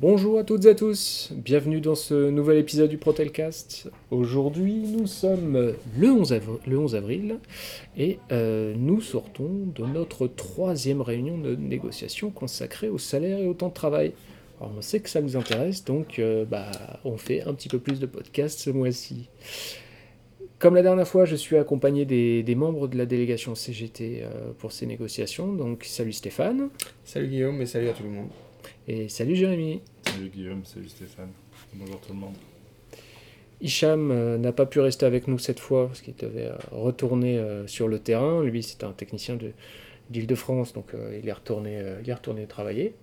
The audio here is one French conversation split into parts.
Bonjour à toutes et à tous, bienvenue dans ce nouvel épisode du Protelcast. Aujourd'hui, nous sommes le 11 avril et nous sortons de notre troisième réunion de négociation consacrée au salaire et au temps de travail. Alors, on sait que ça vous intéresse, donc on fait un petit peu plus de podcasts ce mois-ci. Comme la dernière fois, je suis accompagné des membres de la délégation CGT pour ces négociations, donc salut Stéphane. Salut Guillaume et salut à tout le monde. Et salut Jérémy. Salut Guillaume, salut Stéphane. Bonjour tout le monde. Hicham n'a pas pu rester avec nous cette fois parce qu'il devait retourner sur le terrain. Lui, c'est un technicien d'Île-de-France, donc il est retourné travailler.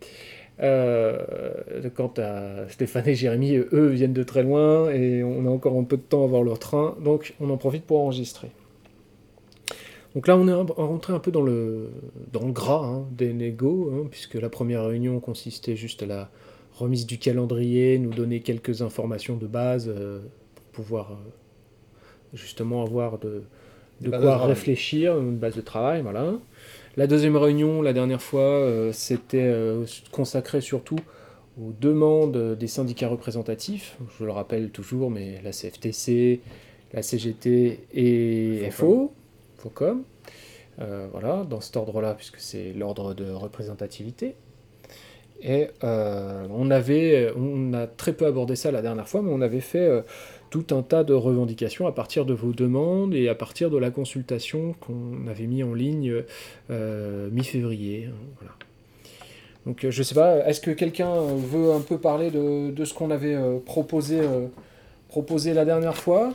Quant à Stéphane et Jérémy, eux viennent de très loin et on a encore un peu de temps à voir leur train, donc on en profite pour enregistrer. Donc là, on est rentré un peu dans le gras des négos, puisque la première réunion consistait juste à la remise du calendrier, nous donner quelques informations de base pour pouvoir justement avoir de quoi réfléchir, une base de travail, voilà. La deuxième réunion, la dernière fois, c'était consacré surtout aux demandes des syndicats représentatifs. Je le rappelle toujours, mais la CFTC, la CGT et FOCOM. Voilà, dans cet ordre-là, puisque c'est l'ordre de représentativité. Et on a très peu abordé ça la dernière fois, mais on avait fait tout un tas de revendications à partir de vos demandes et à partir de la consultation qu'on avait mis en ligne mi-février. Voilà. Donc je sais pas, est-ce que quelqu'un veut un peu parler de ce qu'on avait proposé la dernière fois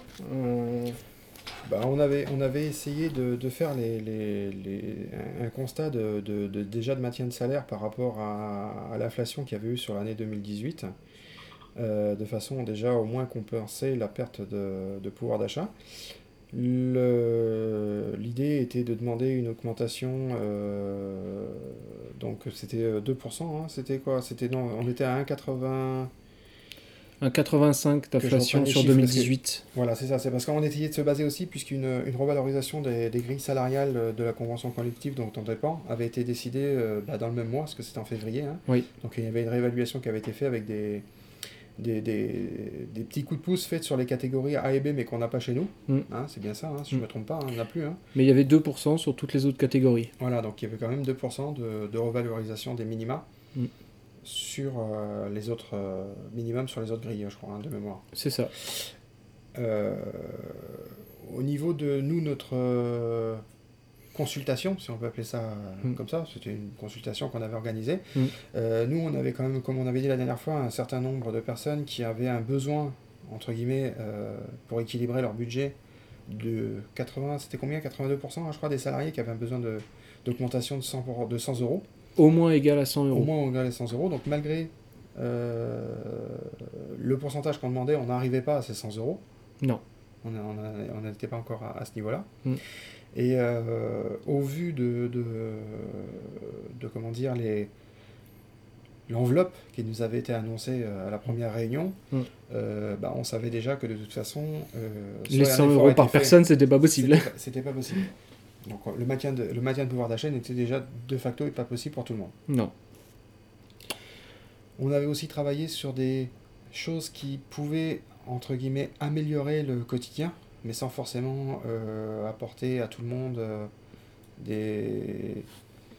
On avait essayé de faire un constat déjà de maintien de salaire par rapport à l'inflation qu'il y avait eu sur l'année 2018, de façon déjà au moins compenser la perte de pouvoir d'achat. L'idée était de demander une augmentation, donc c'était 2%, c'était quoi? On était à 1,80... Un 85 d'inflation sur 2018. Voilà, c'est ça. C'est parce qu'on essayait de se baser aussi, puisqu'une revalorisation des grilles salariales de la convention collective dont on dépend avait été décidée dans le même mois, parce que c'était en février. Oui. Donc il y avait une réévaluation qui avait été faite avec des petits coups de pouce faits sur les catégories A et B, mais qu'on n'a pas chez nous. C'est bien ça, si je ne me trompe pas, on n'a plus. Mais il y avait 2% sur toutes les autres catégories. Voilà, donc il y avait quand même 2% de revalorisation des minima. Sur les autres minimums sur les autres grilles, je crois, de mémoire. C'est ça. Au niveau de nous, notre consultation, si on peut appeler ça comme ça, c'était une consultation qu'on avait organisée. Nous, on avait quand même, comme on avait dit la dernière fois, un certain nombre de personnes qui avaient un besoin, entre guillemets, pour équilibrer leur budget de 80, c'était combien 82%, je crois, des salariés qui avaient un besoin d'augmentation de 100 euros. Au moins égal à 100 euros. Au moins égal à 100 euros. Donc malgré le pourcentage qu'on demandait, on n'arrivait pas à ces 100 euros. Non. On n'était pas encore à ce niveau-là. Et au vu de comment dire, l'enveloppe qui nous avait été annoncée à la première réunion, on savait déjà que de toute façon... les 100 euros par personne, c'était pas possible. C'était pas possible. Donc le maintien de pouvoir d'achat n'était déjà de facto pas possible pour tout le monde. Non. On avait aussi travaillé sur des choses qui pouvaient, entre guillemets, améliorer le quotidien, mais sans forcément apporter à tout le monde des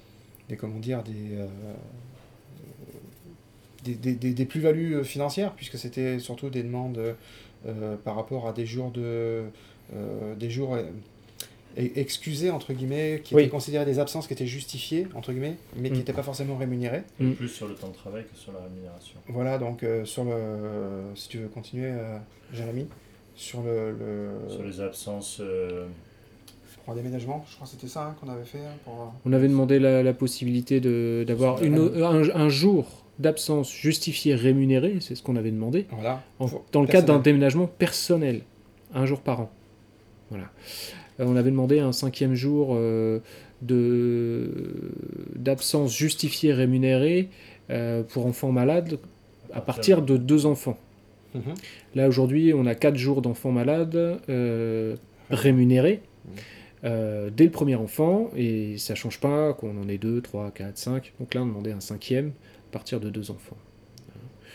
plus-values financières, puisque c'était surtout des demandes par rapport à des jours excusés, entre guillemets, qui étaient considérés des absences qui étaient justifiées, entre guillemets, mais qui n'étaient pas forcément rémunérées. Plus sur le temps de travail que sur la rémunération. Voilà, donc si tu veux continuer, Jérémy, sur sur les absences... Pour un déménagement, je crois que c'était ça qu'on avait fait. On avait demandé la possibilité d'avoir un jour d'absence justifié rémunéré, c'est ce qu'on avait demandé, voilà, dans le cadre d'un déménagement personnel, un jour par an. Voilà. On avait demandé un 5e jour d'absence justifiée rémunérée pour enfants malades à partir de 2 enfants. Là, aujourd'hui, on a 4 jours d'enfants malades rémunérés dès le premier enfant, et ça ne change pas qu'on en ait 2, 3, 4, 5. Donc là, on demandait un 5e à partir de 2 enfants.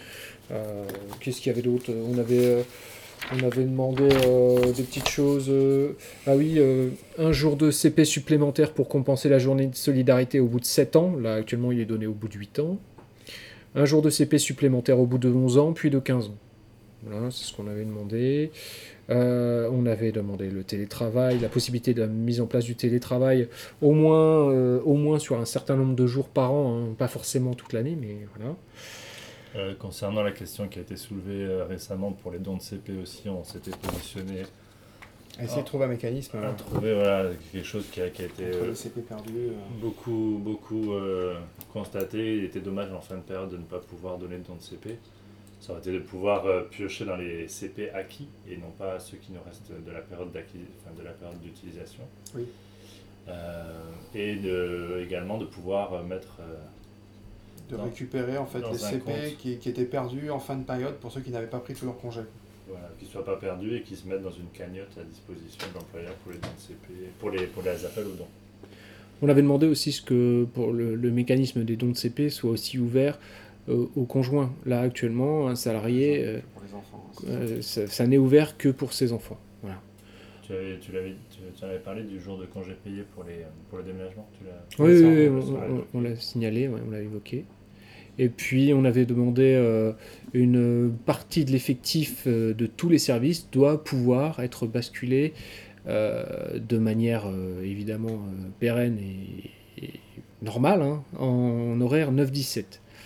Qu'est-ce qu'il y avait d'autre? On avait demandé des petites choses. Ah oui, un jour de CP supplémentaire pour compenser la journée de solidarité au bout de 7 ans. Là, actuellement, il est donné au bout de 8 ans. Un jour de CP supplémentaire au bout de 11 ans, puis de 15 ans. Voilà, c'est ce qu'on avait demandé. On avait demandé le télétravail, la possibilité de la mise en place du télétravail, au moins sur un certain nombre de jours par an, hein, pas forcément toute l'année, mais voilà. Concernant la question qui a été soulevée récemment pour les dons de CP aussi, on s'était positionné Essayer de trouver un mécanisme. à trouver quelque chose qui a été les CP perdus. beaucoup constaté. Il était dommage en fin de période de ne pas pouvoir donner de dons de CP. Ça aurait été de pouvoir piocher dans les CP acquis et non pas ceux qui nous restent de la période d'utilisation. Oui. Et également de pouvoir mettre récupérer en fait les CP qui étaient perdus en fin de période pour ceux qui n'avaient pas pris tout leur congé. Voilà, qu'ils ne soient pas perdus et qu'ils se mettent dans une cagnotte à disposition de l'employeur pour les dons de CP, pour les appels aux dons. On avait demandé aussi que pour le mécanisme des dons de CP soit aussi ouvert aux conjoints. Là, actuellement, un salarié, pour les enfants, ça n'est ouvert que pour ses enfants. Voilà. Tu en avais parlé du jour de congé payé pour le déménagement. Oui, on l'a signalé, on l'a évoqué. Et puis, on avait demandé une partie de l'effectif de tous les services doit pouvoir être basculé de manière évidemment pérenne et normale, hein, en horaire 9-17.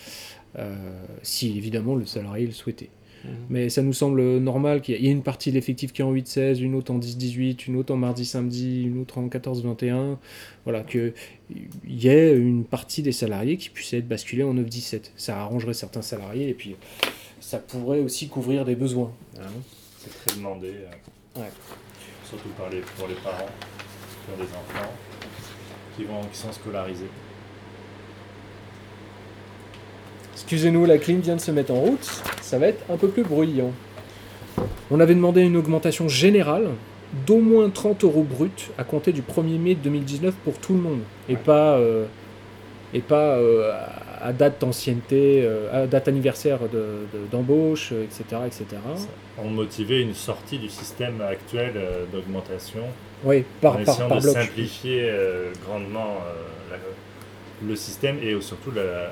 Si évidemment le salarié le souhaitait. Mais ça nous semble normal qu'il y ait une partie de l'effectif qui est en 8-16, une autre en 10-18, une autre en mardi-samedi, une autre en 14-21. Voilà, qu'il y ait une partie des salariés qui puissent être basculés en 9-17. Ça arrangerait certains salariés et puis ça pourrait aussi couvrir des besoins. Hein. C'est très demandé, surtout pour les parents qui ont des enfants qui sont scolarisés. Excusez-nous, la clim vient de se mettre en route, ça va être un peu plus bruyant. On avait demandé une augmentation générale d'au moins 30 € bruts à compter du 1er mai 2019 pour tout le monde, et pas à date d'ancienneté, à date anniversaire d'embauche, etc., etc. On motivait une sortie du système actuel d'augmentation, oui, en essayant de simplifier grandement le système et surtout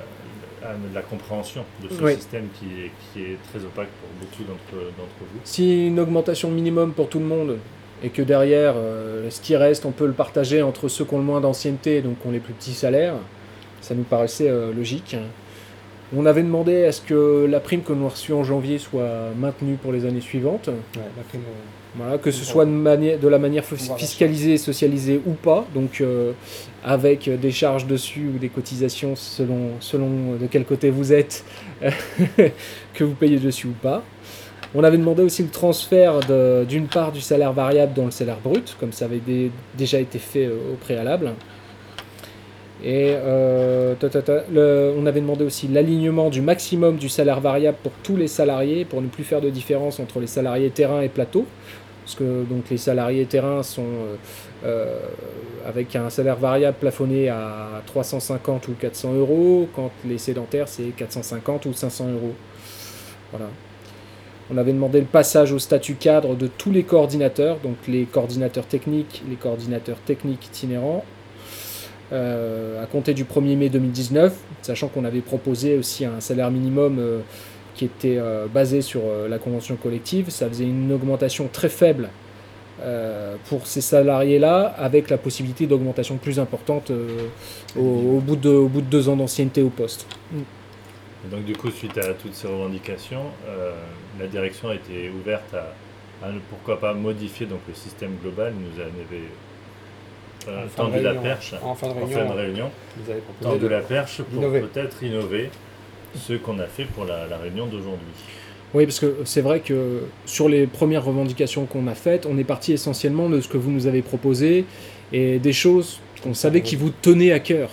la compréhension de ce système qui est très opaque pour beaucoup d'entre vous. Si une augmentation minimum pour tout le monde et que derrière, ce qui reste, on peut le partager entre ceux qui ont le moins d'ancienneté, donc qui ont les plus petits salaires, ça nous paraissait logique. On avait demandé à ce que la prime que nous avons reçue en janvier soit maintenue pour les années suivantes. Ouais, la prime, voilà, que ce soit de la manière fiscalisée, socialisée ou pas, donc avec des charges dessus ou des cotisations selon de quel côté vous êtes, que vous payez dessus ou pas. On avait demandé aussi le transfert d'une part du salaire variable dans le salaire brut, comme ça avait déjà été fait au préalable. Et on avait demandé aussi l'alignement du maximum du salaire variable pour tous les salariés, pour ne plus faire de différence entre les salariés terrain et plateau. Parce que donc, les salariés terrain sont avec un salaire variable plafonné à 350 ou 400 €, quand les sédentaires c'est 450 ou 500 €. Voilà. On avait demandé le passage au statut cadre de tous les coordinateurs, donc les coordinateurs techniques itinérants, à compter du 1er mai 2019, sachant qu'on avait proposé aussi un salaire minimum qui était basé sur la convention collective. Ça faisait une augmentation très faible pour ces salariés-là, avec la possibilité d'augmentation plus importante au bout de 2 ans d'ancienneté au poste. Et donc du coup, suite à toutes ces revendications, la direction a été ouverte à pourquoi pas modifier donc, le système global. Nous avait tendu la perche en fin de réunion, tendu la perche pour peut-être innover ce qu'on a fait pour la réunion d'aujourd'hui. Oui, parce que c'est vrai que sur les premières revendications qu'on a faites, on est parti essentiellement de ce que vous nous avez proposé et des choses qu'on savait qui vous tenaient à cœur,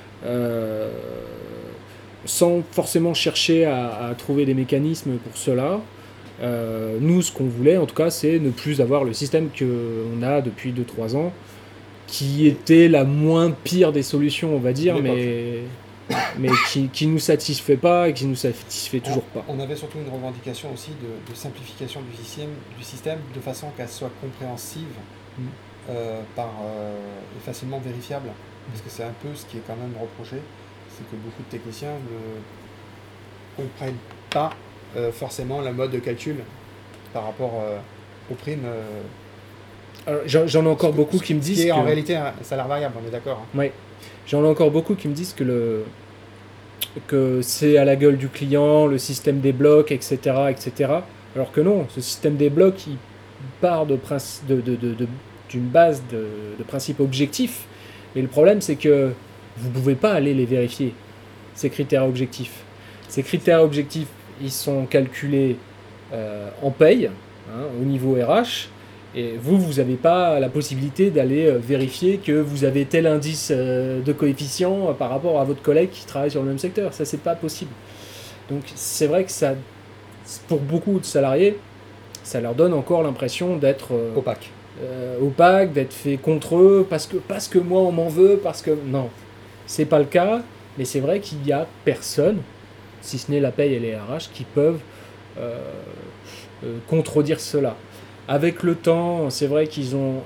sans forcément chercher à trouver des mécanismes pour cela. Nous, ce qu'on voulait, en tout cas, c'est ne plus avoir le système qu'on a depuis 2-3 ans, qui était la moins pire des solutions, on va dire, mais mais qui nous satisfait pas et qui nous satisfait toujours pas. On avait surtout une revendication aussi de simplification du système de façon qu'elle soit compréhensive et facilement vérifiable. Parce que c'est un peu ce qui est quand même reproché, c'est que beaucoup de techniciens ne comprennent pas forcément la mode de calcul par rapport aux primes. Alors, j'en ai encore beaucoup qui me disent qui est en réalité un salaire variable, on est d'accord. Hein. Oui, j'en ai encore beaucoup qui me disent que c'est à la gueule du client, le système des blocs, etc., etc. Alors que non, ce système des blocs, il part d'une base de principes objectifs. Mais le problème, c'est que vous ne pouvez pas aller les vérifier, ces critères objectifs. Ces critères objectifs, ils sont calculés en paye, au niveau RH, et vous n'avez pas la possibilité d'aller vérifier que vous avez tel indice de coefficient par rapport à votre collègue qui travaille sur le même secteur. Ça, c'est pas possible. Donc, c'est vrai que ça, pour beaucoup de salariés, ça leur donne encore l'impression d'être opaque, d'être fait contre eux, parce que moi, on m'en veut, parce que... Non, c'est pas le cas, mais c'est vrai qu'il y a personne, si ce n'est la paye et les RH, qui peuvent contredire cela. Avec le temps, c'est vrai qu'ils ont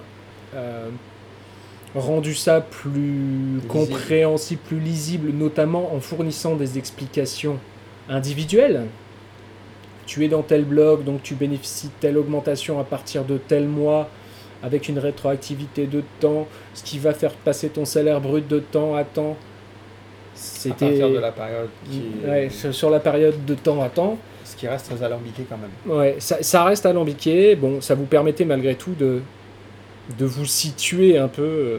rendu ça plus compréhensible, plus lisible, notamment en fournissant des explications individuelles. Tu es dans tel bloc, donc tu bénéficies de telle augmentation à partir de tel mois, avec une rétroactivité de temps, ce qui va faire passer ton salaire brut de temps à temps. C'était à partir de la période sur la période de temps à temps. Ce qui reste très alambiqué quand même. Ouais, ça reste alambiqué. Bon, ça vous permettait malgré tout de vous situer un peu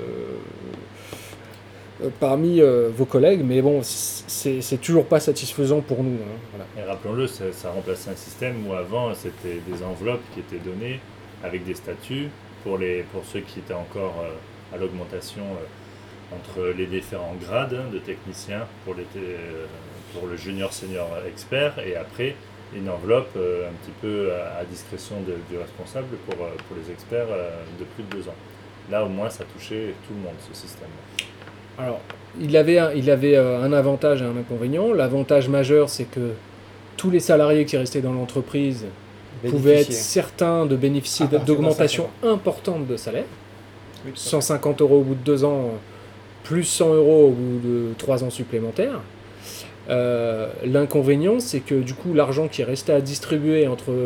parmi vos collègues, mais bon, c'est toujours pas satisfaisant pour nous. Hein, voilà. Et rappelons-le, ça remplaçait un système où avant c'était des enveloppes qui étaient données avec des statuts pour ceux qui étaient encore à l'augmentation entre les différents grades de techniciens pour le junior, senior, expert, et après une enveloppe un petit peu à discrétion du responsable pour les experts de plus de 2 ans. Là, au moins, ça touchait tout le monde, ce système. Alors, il avait un avantage et un inconvénient. L'avantage majeur, c'est que tous les salariés qui restaient dans l'entreprise pouvaient être certains de bénéficier d'augmentations importantes de salaire. Oui, 150 € au bout de 2 ans, plus 100 € au bout de 3 ans supplémentaires. L'inconvénient, c'est que du coup, l'argent qui restait à distribuer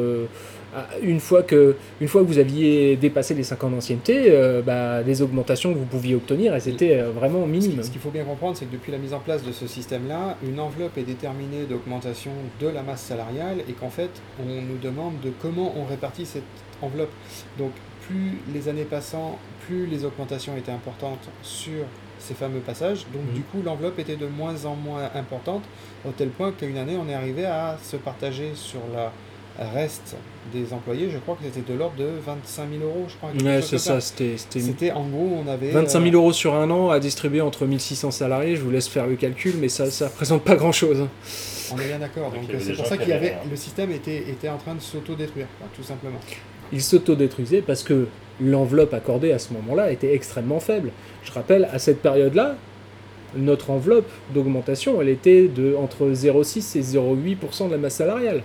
une fois que vous aviez dépassé les 5 ans d'ancienneté, les augmentations que vous pouviez obtenir, elles étaient vraiment minimes. Ce qu'il faut bien comprendre, c'est que depuis la mise en place de ce système-là, une enveloppe est déterminée d'augmentation de la masse salariale et qu'en fait, on nous demande de comment on répartit cette enveloppe. Donc, plus les années passant, plus les augmentations étaient importantes sur ces fameux passages, donc du coup l'enveloppe était de moins en moins importante, au tel point qu'une année on est arrivé à se partager sur la reste des employés, je crois que c'était de l'ordre de 25 000 €, je crois. Ouais, c'est ça, c'était en gros, on avait... 25 000 € sur un an à distribuer entre 1600 salariés, je vous laisse faire le calcul, mais ça ne représente pas grand-chose. On est bien d'accord, donc c'est pour ça le système était en train de s'auto-détruire, tout simplement. Il s'auto-détruisait parce que l'enveloppe accordée à ce moment-là était extrêmement faible. Je rappelle, à cette période-là, notre enveloppe d'augmentation, elle était entre 0,6 et 0,8% de la masse salariale.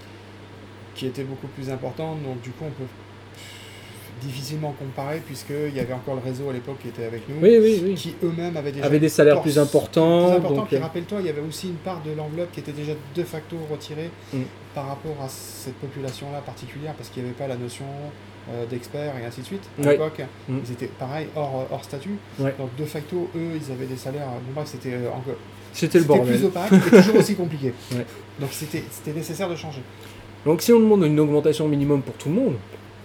Qui était beaucoup plus importante, donc du coup on peut difficilement comparer, puisqu'il y avait encore le réseau à l'époque qui était avec nous, oui. qui eux-mêmes avaient des salaires plus importants. Donc, rappelle-toi, il y avait aussi une part de l'enveloppe qui était déjà de facto retirée par rapport à cette population-là particulière, parce qu'il n'y avait pas la notion d'experts et ainsi de suite. À l'époque, ils étaient pareil, hors statut. Donc de facto, eux, ils avaient des salaires... bref, c'était encore... C'était le bordel. Plus opaque et toujours aussi compliqué. Donc c'était nécessaire de changer. Donc si on demande une augmentation minimum pour tout le monde,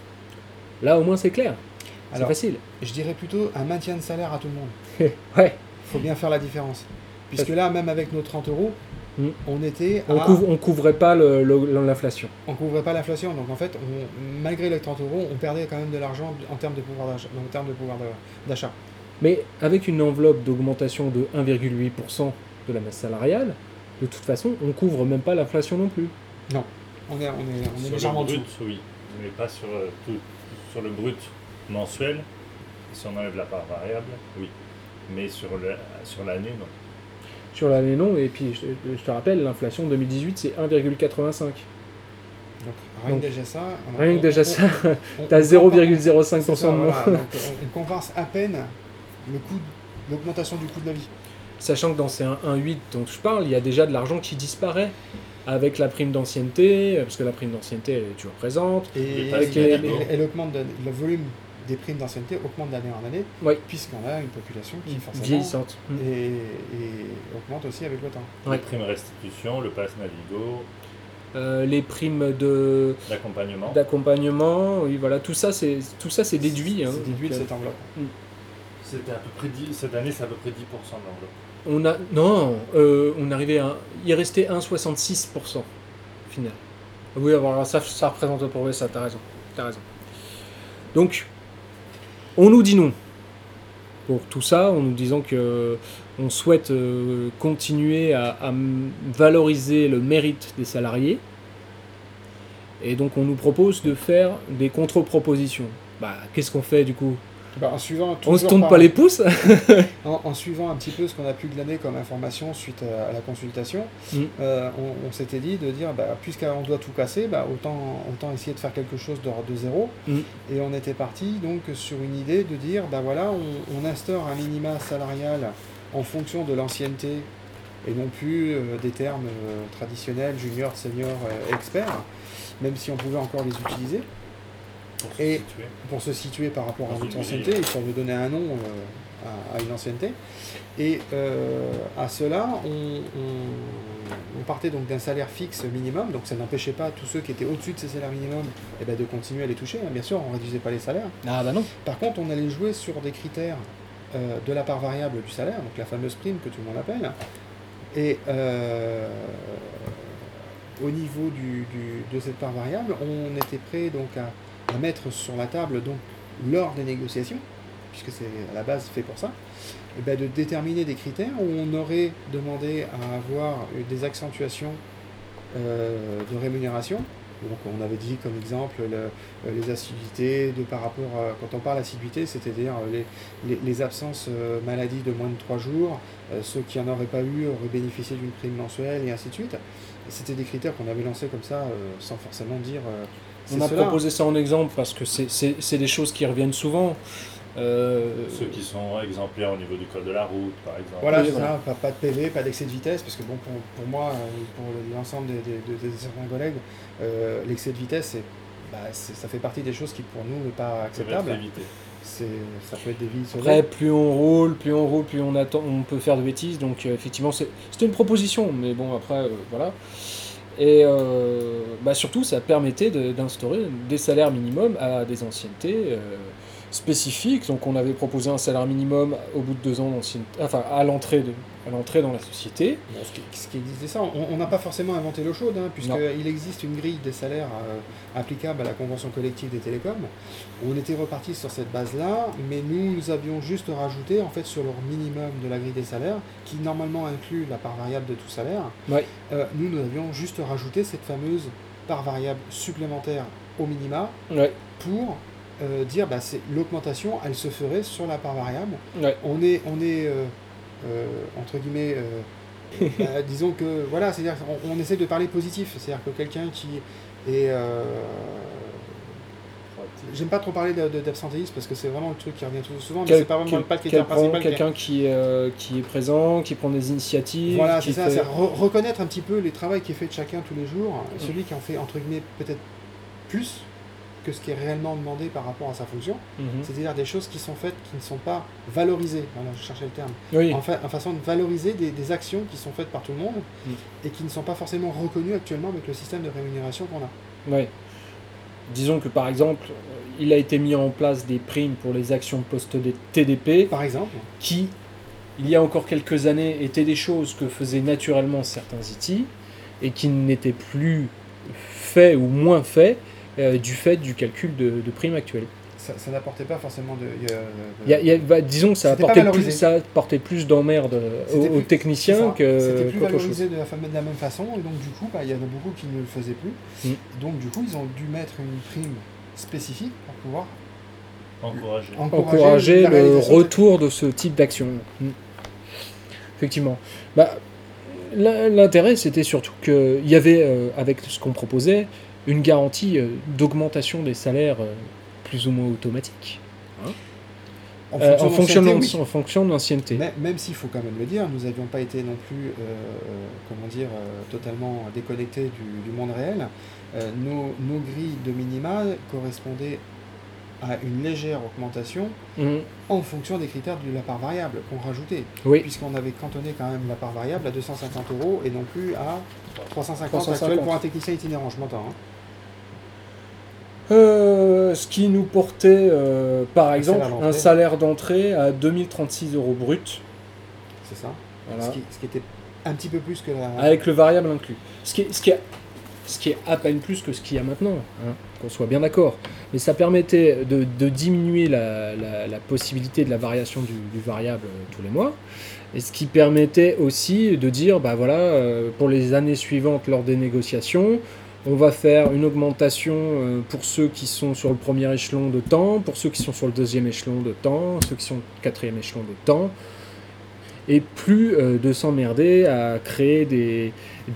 là au moins c'est clair, c'est facile. Je dirais plutôt un maintien de salaire à tout le monde. Ouais. Il faut bien faire la différence. Puisque là, même avec nos 30 €, on était à... On couvrait pas l'inflation. On couvrait pas l'inflation, donc en fait, malgré les 30 €, on perdait quand même de l'argent en termes de pouvoir d'achat. Mais avec une enveloppe d'augmentation de 1,8% de la masse salariale, de toute façon, on couvre même pas l'inflation non plus. Non. On est légèrement sur le brut, oui, mais pas sur sur le brut mensuel. Si on enlève la part variable, oui, mais sur l'année, non. sur l'année longue. Et puis, je te rappelle, l'inflation 2018, c'est 1,85. Donc, rien que déjà ça, tu as 0,05% de moins. Voilà, donc, on compense à peine l'augmentation du coût de la vie. Sachant que dans ces 1,8 dont je parle, il y a déjà de l'argent qui disparaît avec la prime d'ancienneté, parce que la prime d'ancienneté elle est toujours présente. Et elle augmente, le volume des primes d'ancienneté augmente d'année en année, puisqu'on a une population qui est forcément vieillissante. Et augmente aussi avec le temps. Les primes restitution, le pass Navigo. Les primes d'accompagnement, oui, voilà, tout ça c'est déduit. C'est déduit de cette enveloppe. C'était à peu près cette année, c'est à peu près 10% de l'enveloppe. Il restait 1,66% final. Oui, alors ça représente pour ça, t'as raison. Donc, on nous dit non. Pour tout ça, en nous disant que on souhaite continuer à valoriser le mérite des salariés. Et donc, on nous propose de faire des contre-propositions. Qu'est-ce qu'on fait du coup ? On se tourne pas les pouces. En suivant un petit peu ce qu'on a pu glaner comme information suite à la consultation, on s'était dit de dire, puisqu'on doit tout casser, autant essayer de faire quelque chose de zéro. Et on était parti donc sur une idée de dire, on instaure un minima salarial en fonction de l'ancienneté et non plus des termes traditionnels, junior, senior, expert, même si on pouvait encore les utiliser. Pour se situer par rapport à notre ancienneté, histoire de donner un nom à une ancienneté. Et à cela, on partait donc d'un salaire fixe minimum, donc ça n'empêchait pas tous ceux qui étaient au-dessus de ces salaires minimum de continuer à les toucher. Bien sûr, on ne réduisait pas les salaires. Non. Par contre, on allait jouer sur des critères de la part variable du salaire, donc la fameuse prime que tout le monde appelle. Et au niveau de cette part variable, on était prêt donc à mettre sur la table donc lors des négociations, puisque c'est à la base fait pour ça, de déterminer des critères où on aurait demandé à avoir des accentuations de rémunération. Donc on avait dit comme exemple les assiduités par rapport à, quand on parle assiduité, c'est-à-dire les absences maladie de moins de 3 jours, ceux qui n'en auraient pas eu auraient bénéficié d'une prime mensuelle et ainsi de suite. Et c'était des critères qu'on avait lancés comme ça sans forcément dire... On a proposé ça en exemple parce que c'est des choses qui reviennent souvent. Ceux qui sont exemplaires au niveau du code de la route, par exemple. Voilà, c'est ça, pas de PV, pas d'excès de vitesse, parce que bon, pour moi, pour l'ensemble de certains collègues, l'excès de vitesse, ça fait partie des choses qui pour nous n'est pas acceptable. Ça peut être des vies sauvées. Après, plus on roule, plus on attend, on peut faire de bêtises. Donc effectivement, c'était une proposition, mais bon après, voilà. Et surtout, ça permettait d'instaurer des salaires minimums à des anciennetés spécifiques. Donc, on avait proposé un salaire minimum au bout de 2 ans d'ancienneté, enfin à l'entrée dans la société. Ce qui disait ça, on n'a pas forcément inventé l'eau chaude, puisqu'il existe une grille des salaires applicable à la convention collective des télécoms. On était reparti sur cette base-là, mais nous avions juste rajouté en fait sur leur minimum de la grille des salaires, qui normalement inclut la part variable de tout salaire. Nous avions juste rajouté cette fameuse part variable supplémentaire au minima pour dire l'augmentation, elle se ferait sur la part variable. On est entre guillemets, disons que voilà, c'est-à-dire on essaie de parler positif, c'est-à-dire que quelqu'un qui est j'aime pas trop parler d'absentéisme parce que c'est vraiment le truc qui revient tout souvent, mais c'est pas vraiment pas le critère principal. Quelqu'un qui est présent, qui prend des initiatives. Voilà, c'est ça, c'est reconnaître un petit peu les travaux qui est fait de chacun tous les jours, celui qui en fait entre guillemets peut-être plus que ce qui est réellement demandé par rapport à sa fonction, c'est-à-dire des choses qui sont faites, qui ne sont pas valorisées, voilà, je cherchais le terme, en façon de valoriser des actions qui sont faites par tout le monde et qui ne sont pas forcément reconnues actuellement avec le système de rémunération qu'on a. Oui. Disons que par exemple, il a été mis en place des primes pour les actions post-TDP, par exemple, qui, il y a encore quelques années, étaient des choses que faisaient naturellement certains IT et qui n'étaient plus faits ou moins faits du fait du calcul de primes actuelles. Ça n'apportait pas forcément disons que ça apportait plus d'emmerde aux techniciens que c'était plus valorisé de la même façon, et donc du coup, il y en a beaucoup qui ne le faisaient plus. Donc du coup, ils ont dû mettre une prime spécifique pour pouvoir encourager le retour de ce type d'action. effectivement. Bah, l'intérêt, c'était surtout qu'il y avait, avec ce qu'on proposait, une garantie d'augmentation des salaires plus ou moins automatique. Hein, en fonction de l'ancienneté. Même s'il faut quand même le dire, nous n'avions pas été non plus totalement déconnectés du monde réel. Nos grilles de minima correspondaient à une légère augmentation en fonction des critères de la part variable qu'on rajoutait. Oui. Puisqu'on avait cantonné quand même la part variable à 250 € et non plus à 350 actuels pour un technicien itinérant, je m'entends. Hein. Ce qui nous portait, par exemple, un salaire d'entrée à 2036 € brut. C'est ça. Voilà. Ce qui était un petit peu plus que la... Avec le variable inclus. Ce qui est à peine plus que ce qu'il y a maintenant, hein, qu'on soit bien d'accord. Mais ça permettait de diminuer la possibilité de la variation du variable tous les mois. Et ce qui permettait aussi de dire, bah voilà, pour les années suivantes lors des négociations, on va faire une augmentation pour ceux qui sont sur le premier échelon de temps, pour ceux qui sont sur le deuxième échelon de temps, ceux qui sont au quatrième échelon de temps, et plus de s'emmerder à créer des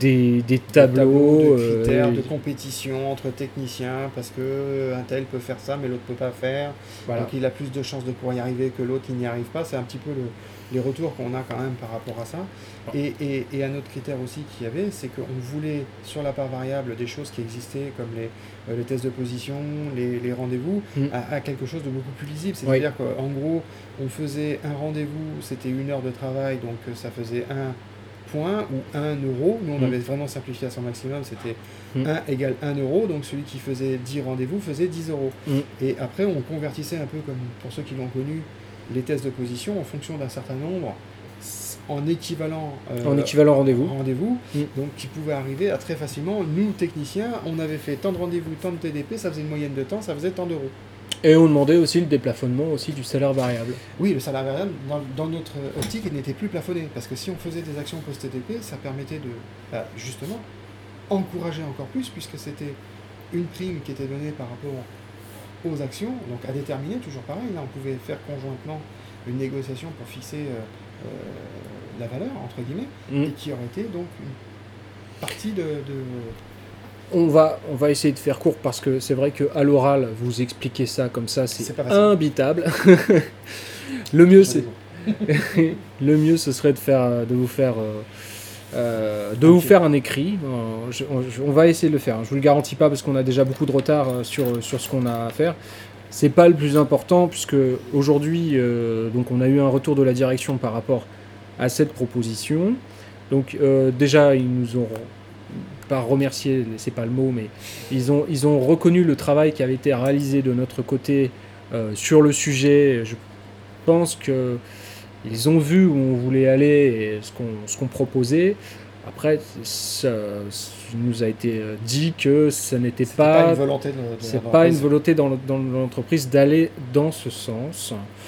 tableaux de critères de compétition entre techniciens, parce que un tel peut faire ça mais l'autre peut pas faire, voilà. Donc il a plus de chances de pouvoir y arriver que l'autre qui n'y arrive pas. C'est un petit peu les retours qu'on a quand même par rapport à ça. Et un autre critère aussi qu'il y avait, c'est qu'on voulait sur la part variable des choses qui existaient comme les tests de position, les rendez-vous, à quelque chose de beaucoup plus lisible. C'est-à-dire qu'en gros, on faisait un rendez-vous, c'était 1 heure de travail, donc ça faisait 1 point ou 1 euro. Nous, on avait vraiment simplifié à son maximum, c'était 1 égale 1 euro, donc celui qui faisait 10 rendez-vous faisait 10 €. Et après, on convertissait un peu, comme pour ceux qui l'ont connu, les tests de position en fonction d'un certain nombre en équivalent rendez-vous, donc qui pouvait arriver à très facilement. Nous, techniciens, on avait fait tant de rendez-vous, tant de TDP, ça faisait une moyenne de temps, ça faisait tant d'euros. Et on demandait aussi le déplafonnement aussi du salaire variable. Oui, le salaire variable, dans notre optique, il n'était plus plafonné, parce que si on faisait des actions post-TDP, ça permettait de, justement, encourager encore plus, puisque c'était une prime qui était donnée par rapport aux actions, donc à déterminer, toujours pareil, là on pouvait faire conjointement une négociation pour fixer la valeur, entre guillemets, et qui aurait été donc une partie de... On va essayer de faire court, parce que c'est vrai qu'à l'oral, vous expliquer ça comme ça, c'est imbitable. Le mieux, ce serait de vous faire un écrit. On va essayer de le faire. Je vous le garantis pas parce qu'on a déjà beaucoup de retard sur ce qu'on a à faire. C'est pas le plus important, puisque aujourd'hui, donc on a eu un retour de la direction par rapport à cette proposition. Donc déjà, ils nous ont pas remercié, c'est pas le mot, mais ils ont reconnu le travail qui avait été réalisé de notre côté sur le sujet. Je pense que ils ont vu où on voulait aller et ce qu'on proposait. Après, ça nous a été dit que ça n'était pas une volonté une volonté dans l'entreprise d'aller dans ce sens,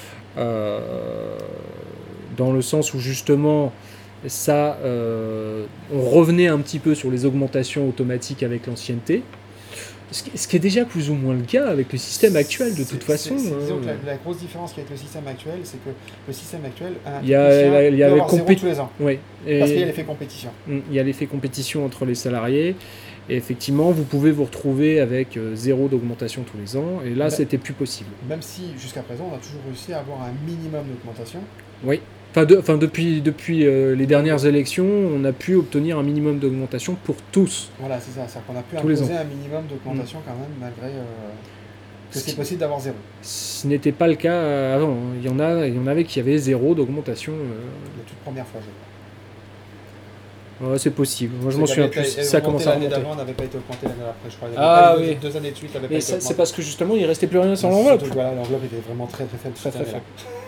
dans le sens où justement ça, on revenait un petit peu sur les augmentations automatiques avec l'ancienneté. Ce qui est déjà plus ou moins le cas avec le système actuel, de toute façon. Disons que la grosse différence avec le système actuel, c'est que le système actuel il y a tous les ans. Oui. Parce qu'il y a l'effet compétition. Il y a l'effet compétition entre les salariés. Et effectivement, vous pouvez vous retrouver avec 0 d'augmentation tous les ans. Et là, c'était plus possible. Même si, jusqu'à présent, on a toujours réussi à avoir un minimum d'augmentation. Oui. Depuis les dernières élections, on a pu obtenir un minimum d'augmentation pour tous. Voilà, c'est ça. C'est-à-dire qu'on a pu imposer un minimum d'augmentation quand même, malgré que c'est possible d'avoir 0. Ce n'était pas le cas avant. Il y en avait qui avaient 0 d'augmentation. La toute première fois, je crois. Ouais, c'est possible. Moi, je m'en souviens plus. Ça commence à remonter. L'année d'avant n'avait pas été augmenté l'année d'après, je crois. Oui. 2 années de suite, n'avait pas été augmenté. C'est parce que justement, il ne restait plus rien sur l'enveloppe. Voilà, l'enveloppe était vraiment très très faible. Très faible.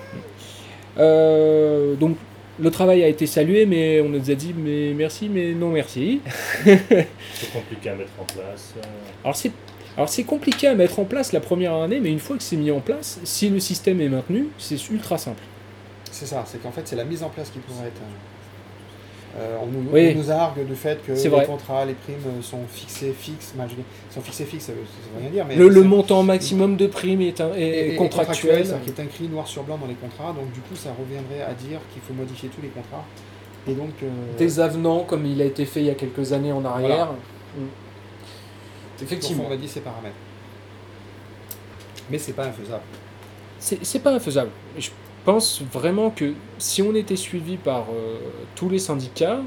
Donc le travail a été salué, mais on nous a dit mais merci, mais non merci. C'est compliqué à mettre en place. Alors c'est compliqué à mettre en place la première année, mais une fois que c'est mis en place, si le système est maintenu, c'est ultra simple. C'est ça, c'est qu'en fait c'est la mise en place qui pourrait être... on nous argue du fait que les contrats, les primes sont fixés fixes. Sont fixés fixes, ça veut rien dire. Mais le montant maximum de primes est contractuel. C'est-à-dire qu'il est inscrit noir sur blanc dans les contrats. Donc du coup, ça reviendrait à dire qu'il faut modifier tous les contrats Et donc, des avenants comme il a été fait il y a quelques années en arrière. Voilà. Effectivement, on a dit ces paramètres. Mais c'est pas infaisable. C'est pas infaisable. Je pense vraiment que si on était suivi par tous les syndicats,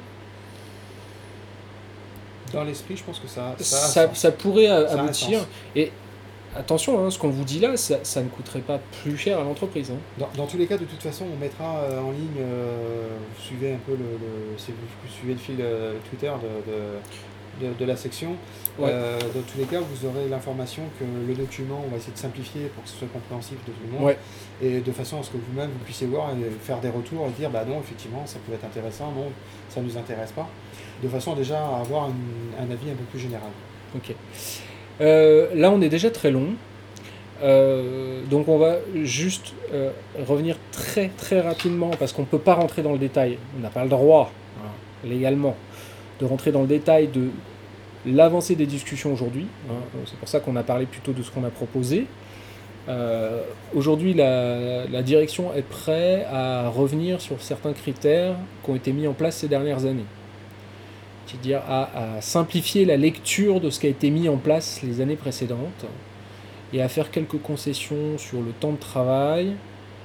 dans l'esprit, je pense que ça pourrait aboutir. Et attention, hein, ce qu'on vous dit là, ça ne coûterait pas plus cher à l'entreprise. Hein. Dans tous les cas, de toute façon, on mettra en ligne, vous suivez un peu si vous suivez le fil Twitter de la section. Ouais. Dans tous les cas, vous aurez l'information que le document, on va essayer de simplifier pour que ce soit compréhensible de tout le monde. Ouais. Et de façon à ce que vous-même, vous puissiez voir et faire des retours et dire, bah non, effectivement, ça peut être intéressant, non, ça ne nous intéresse pas. De façon déjà à avoir un avis un peu plus général. Ok. Là, on est déjà très long. Donc on va juste revenir très très rapidement, parce qu'on ne peut pas rentrer dans le détail. On n'a pas le droit, légalement, de rentrer dans le détail de l'avancée des discussions aujourd'hui. C'est pour ça qu'on a parlé plutôt de ce qu'on a proposé. Aujourd'hui, la direction est prête à revenir sur certains critères qui ont été mis en place ces dernières années. C'est-à-dire à simplifier la lecture de ce qui a été mis en place les années précédentes et à faire quelques concessions sur le temps de travail,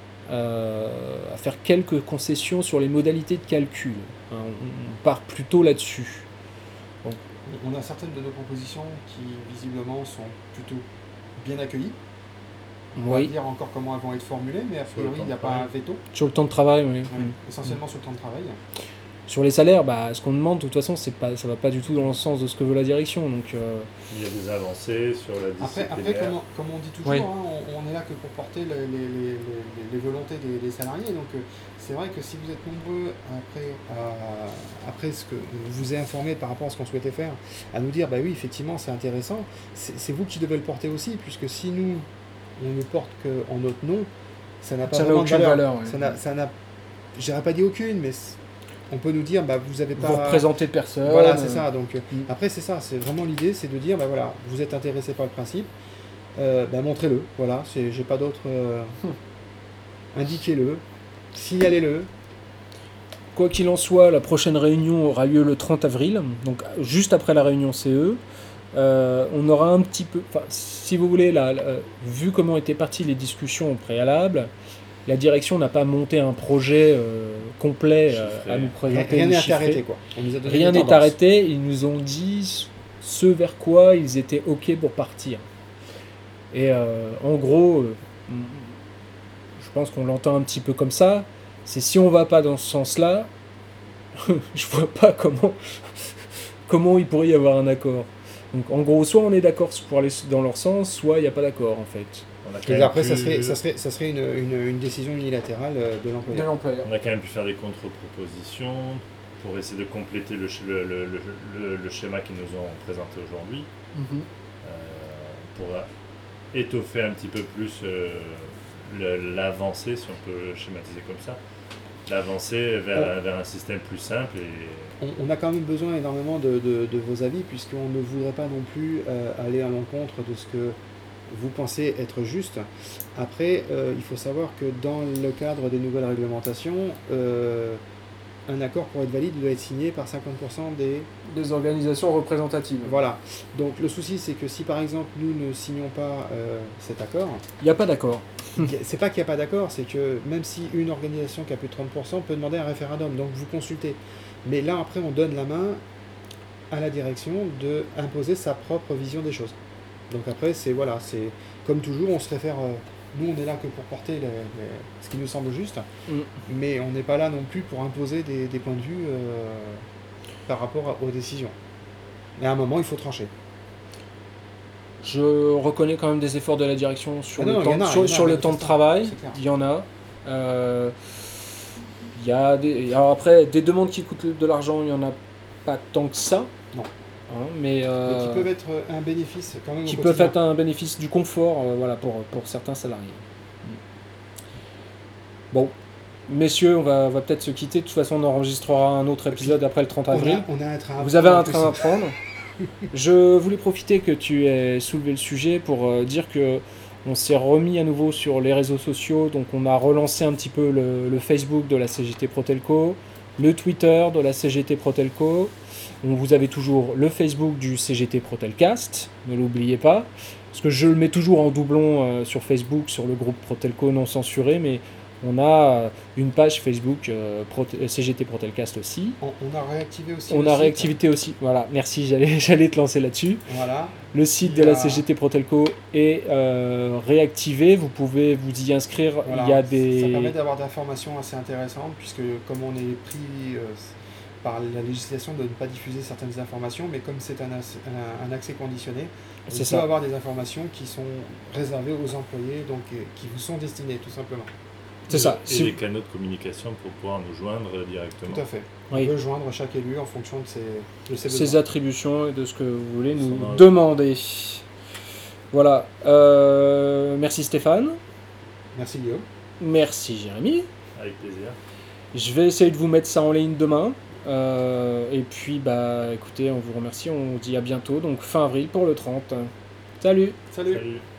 à faire quelques concessions sur les modalités de calcul. On part plutôt là-dessus. Donc, on a certaines de nos propositions qui visiblement sont plutôt bien accueillies. On va dire encore comment elles vont être formulées, mais a priori il n'y a pas un veto. Sur le temps de travail, oui. Essentiellement sur le temps de travail. Sur les salaires, ce qu'on demande, de toute façon, ça va pas du tout dans le sens de ce que veut la direction. Donc, il y a des avancées sur la discipline. Après comme on dit toujours, on est là que pour porter les volontés des salariés. Donc c'est vrai que si vous êtes nombreux après ce que vous est informé par rapport à ce qu'on souhaitait faire, à nous dire, bah oui, effectivement, c'est intéressant, c'est vous qui devez le porter aussi, puisque si nous, on ne porte qu'en notre nom, ça n'a pas vraiment de valeur. Ça n'a, j'aurais pas dit aucune, mais on peut nous dire, vous avez pas... Vous représentez personne. Voilà, c'est ça. Donc, après, c'est ça. C'est vraiment l'idée, c'est de dire, voilà, vous êtes intéressé par le principe, montrez-le. Voilà, j'ai pas d'autre... Indiquez-le, signalez-le. Quoi qu'il en soit, la prochaine réunion aura lieu le 30 avril, donc juste après la réunion CE. On aura un petit peu... si vous voulez, vu comment étaient parties les discussions au préalable, la direction n'a pas monté un projet complet à nous présenter. Rien n'est arrêté, quoi. Rien n'est arrêté. Ils nous ont dit ce vers quoi ils étaient OK pour partir. Et en gros, je pense qu'on l'entend un petit peu comme ça. C'est si on va pas dans ce sens-là, je vois pas comment il pourrait y avoir un accord. Donc en gros, soit on est d'accord pour aller dans leur sens, soit il n'y a pas d'accord en fait. Et après, ça serait une décision unilatérale de l'employeur. On a quand même pu faire des contre-propositions pour essayer de compléter le schéma qu'ils nous ont présenté aujourd'hui, pour étoffer un petit peu plus l'avancée, si on peut schématiser comme ça, l'avancée vers un système plus simple. On a quand même besoin énormément de vos avis, puisqu'on ne voudrait pas non plus aller à l'encontre de ce que vous pensez être juste. Après, il faut savoir que dans le cadre des nouvelles réglementations, un accord pour être valide doit être signé par 50% des organisations représentatives. Voilà. Donc le souci, c'est que si par exemple nous ne signons pas cet accord... Il n'y a pas d'accord. C'est pas qu'il n'y a pas d'accord, c'est que même si une organisation qui a plus de 30% peut demander un référendum, donc vous consultez. Mais là, après, on donne la main à la direction d'imposer sa propre vision des choses. Donc après, c'est comme toujours, on se réfère... nous, on est là que pour porter ce qui nous semble juste, mais on n'est pas là non plus pour imposer des points de vue par rapport aux décisions. Mais à un moment, il faut trancher. Je reconnais quand même des efforts de la direction sur le temps de travail. Il y en a. Alors après, des demandes qui coûtent de l'argent, il n'y en a pas tant que ça. Non. Hein, mais qui peuvent être un bénéfice quand même. Qui peuvent être un bénéfice du confort pour certains salariés. Bon, messieurs, on va peut-être se quitter. De toute façon, on enregistrera un autre épisode après le 30 avril. On a un train à Vous avez un train à prendre. Je voulais profiter que tu aies soulevé le sujet pour dire que on s'est remis à nouveau sur les réseaux sociaux. Donc on a relancé un petit peu le Facebook de la CGT Protelco. le Twitter de la CGT Protelco. Vous avez toujours le Facebook du CGT Protelcast, ne l'oubliez pas. Parce que je le mets toujours en doublon sur Facebook, sur le groupe Protelco non censuré, mais on a une page Facebook CGT Protelcast aussi. On a réactivé aussi. On a réactivé aussi. Voilà, merci, j'allais te lancer là-dessus. Voilà. Le site de la CGT Protelco est réactivé. Vous pouvez vous y inscrire. Voilà. Il y a des... Ça permet d'avoir des informations assez intéressantes, puisque comme on est pris par la législation de ne pas diffuser certaines informations, mais comme c'est un accès conditionné, on peut avoir des informations qui sont réservées aux employés, donc qui vous sont destinées tout simplement. C'est ça. Et les canaux de communication pour pouvoir nous joindre directement. Tout à fait. Oui. On peut joindre chaque élu en fonction de ses attributions et de ce que vous voulez nous demander. Voilà. Merci Stéphane. Merci Guillaume. Merci Jérémy. Avec plaisir. Je vais essayer de vous mettre ça en ligne demain. Et puis, écoutez, on vous remercie. On vous dit à bientôt. Donc, fin avril pour le 30. Salut. Salut. Salut.